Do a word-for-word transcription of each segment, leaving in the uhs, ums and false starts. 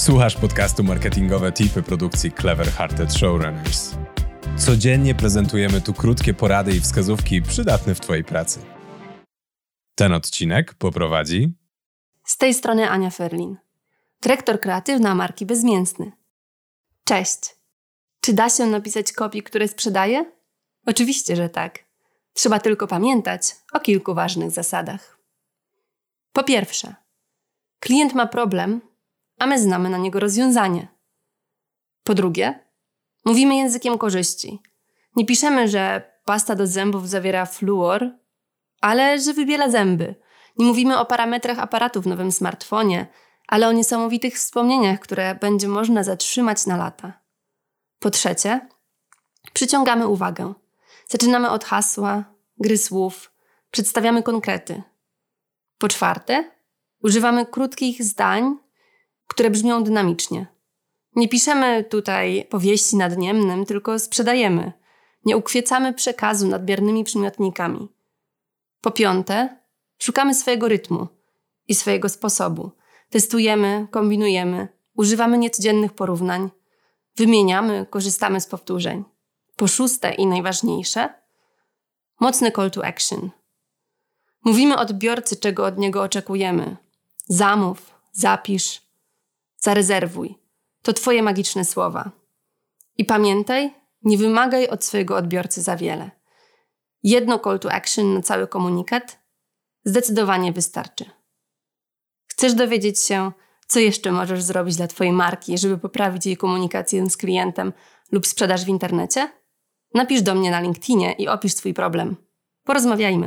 Słuchasz podcastu Marketingowe Tipy produkcji Clever Hearted Showrunners. Codziennie prezentujemy tu krótkie porady i wskazówki przydatne w Twojej pracy. Ten odcinek poprowadzi... Z tej strony Ania Ferlin, dyrektor kreatywna marki Bezmięsny. Cześć! Czy da się napisać kopii, które sprzedaje? Oczywiście, że tak. Trzeba tylko pamiętać o kilku ważnych zasadach. Po pierwsze, klient ma problem, a my znamy na niego rozwiązanie. Po drugie, mówimy językiem korzyści. Nie piszemy, że pasta do zębów zawiera fluor, ale że wybiela zęby. Nie mówimy o parametrach aparatu w nowym smartfonie, ale o niesamowitych wspomnieniach, które będzie można zatrzymać na lata. Po trzecie, przyciągamy uwagę. Zaczynamy od hasła, gry słów, przedstawiamy konkrety. Po czwarte, używamy krótkich zdań, które brzmią dynamicznie. Nie piszemy tutaj powieści nadniemnym, tylko sprzedajemy. Nie ukwiecamy przekazu nadmiernymi przymiotnikami. Po piąte, szukamy swojego rytmu i swojego sposobu. Testujemy, kombinujemy, używamy niecodziennych porównań, wymieniamy, korzystamy z powtórzeń. Po szóste i najważniejsze, mocny call to action. Mówimy odbiorcy, czego od niego oczekujemy. Zamów, zapisz, zarezerwuj. To Twoje magiczne słowa. I pamiętaj, nie wymagaj od swojego odbiorcy za wiele. Jedno call to action na cały komunikat zdecydowanie wystarczy. Chcesz dowiedzieć się, co jeszcze możesz zrobić dla Twojej marki, żeby poprawić jej komunikację z klientem lub sprzedaż w internecie? Napisz do mnie na LinkedInie i opisz swój problem. Porozmawiajmy.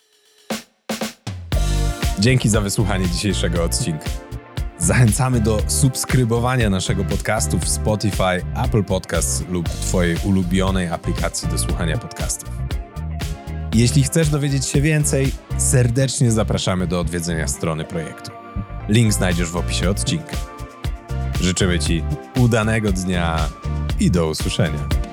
Dzięki za wysłuchanie dzisiejszego odcinka. Zachęcamy do subskrybowania naszego podcastu w Spotify, Apple Podcasts lub Twojej ulubionej aplikacji do słuchania podcastów. Jeśli chcesz dowiedzieć się więcej, serdecznie zapraszamy do odwiedzenia strony projektu. Link znajdziesz w opisie odcinka. Życzymy Ci udanego dnia i do usłyszenia.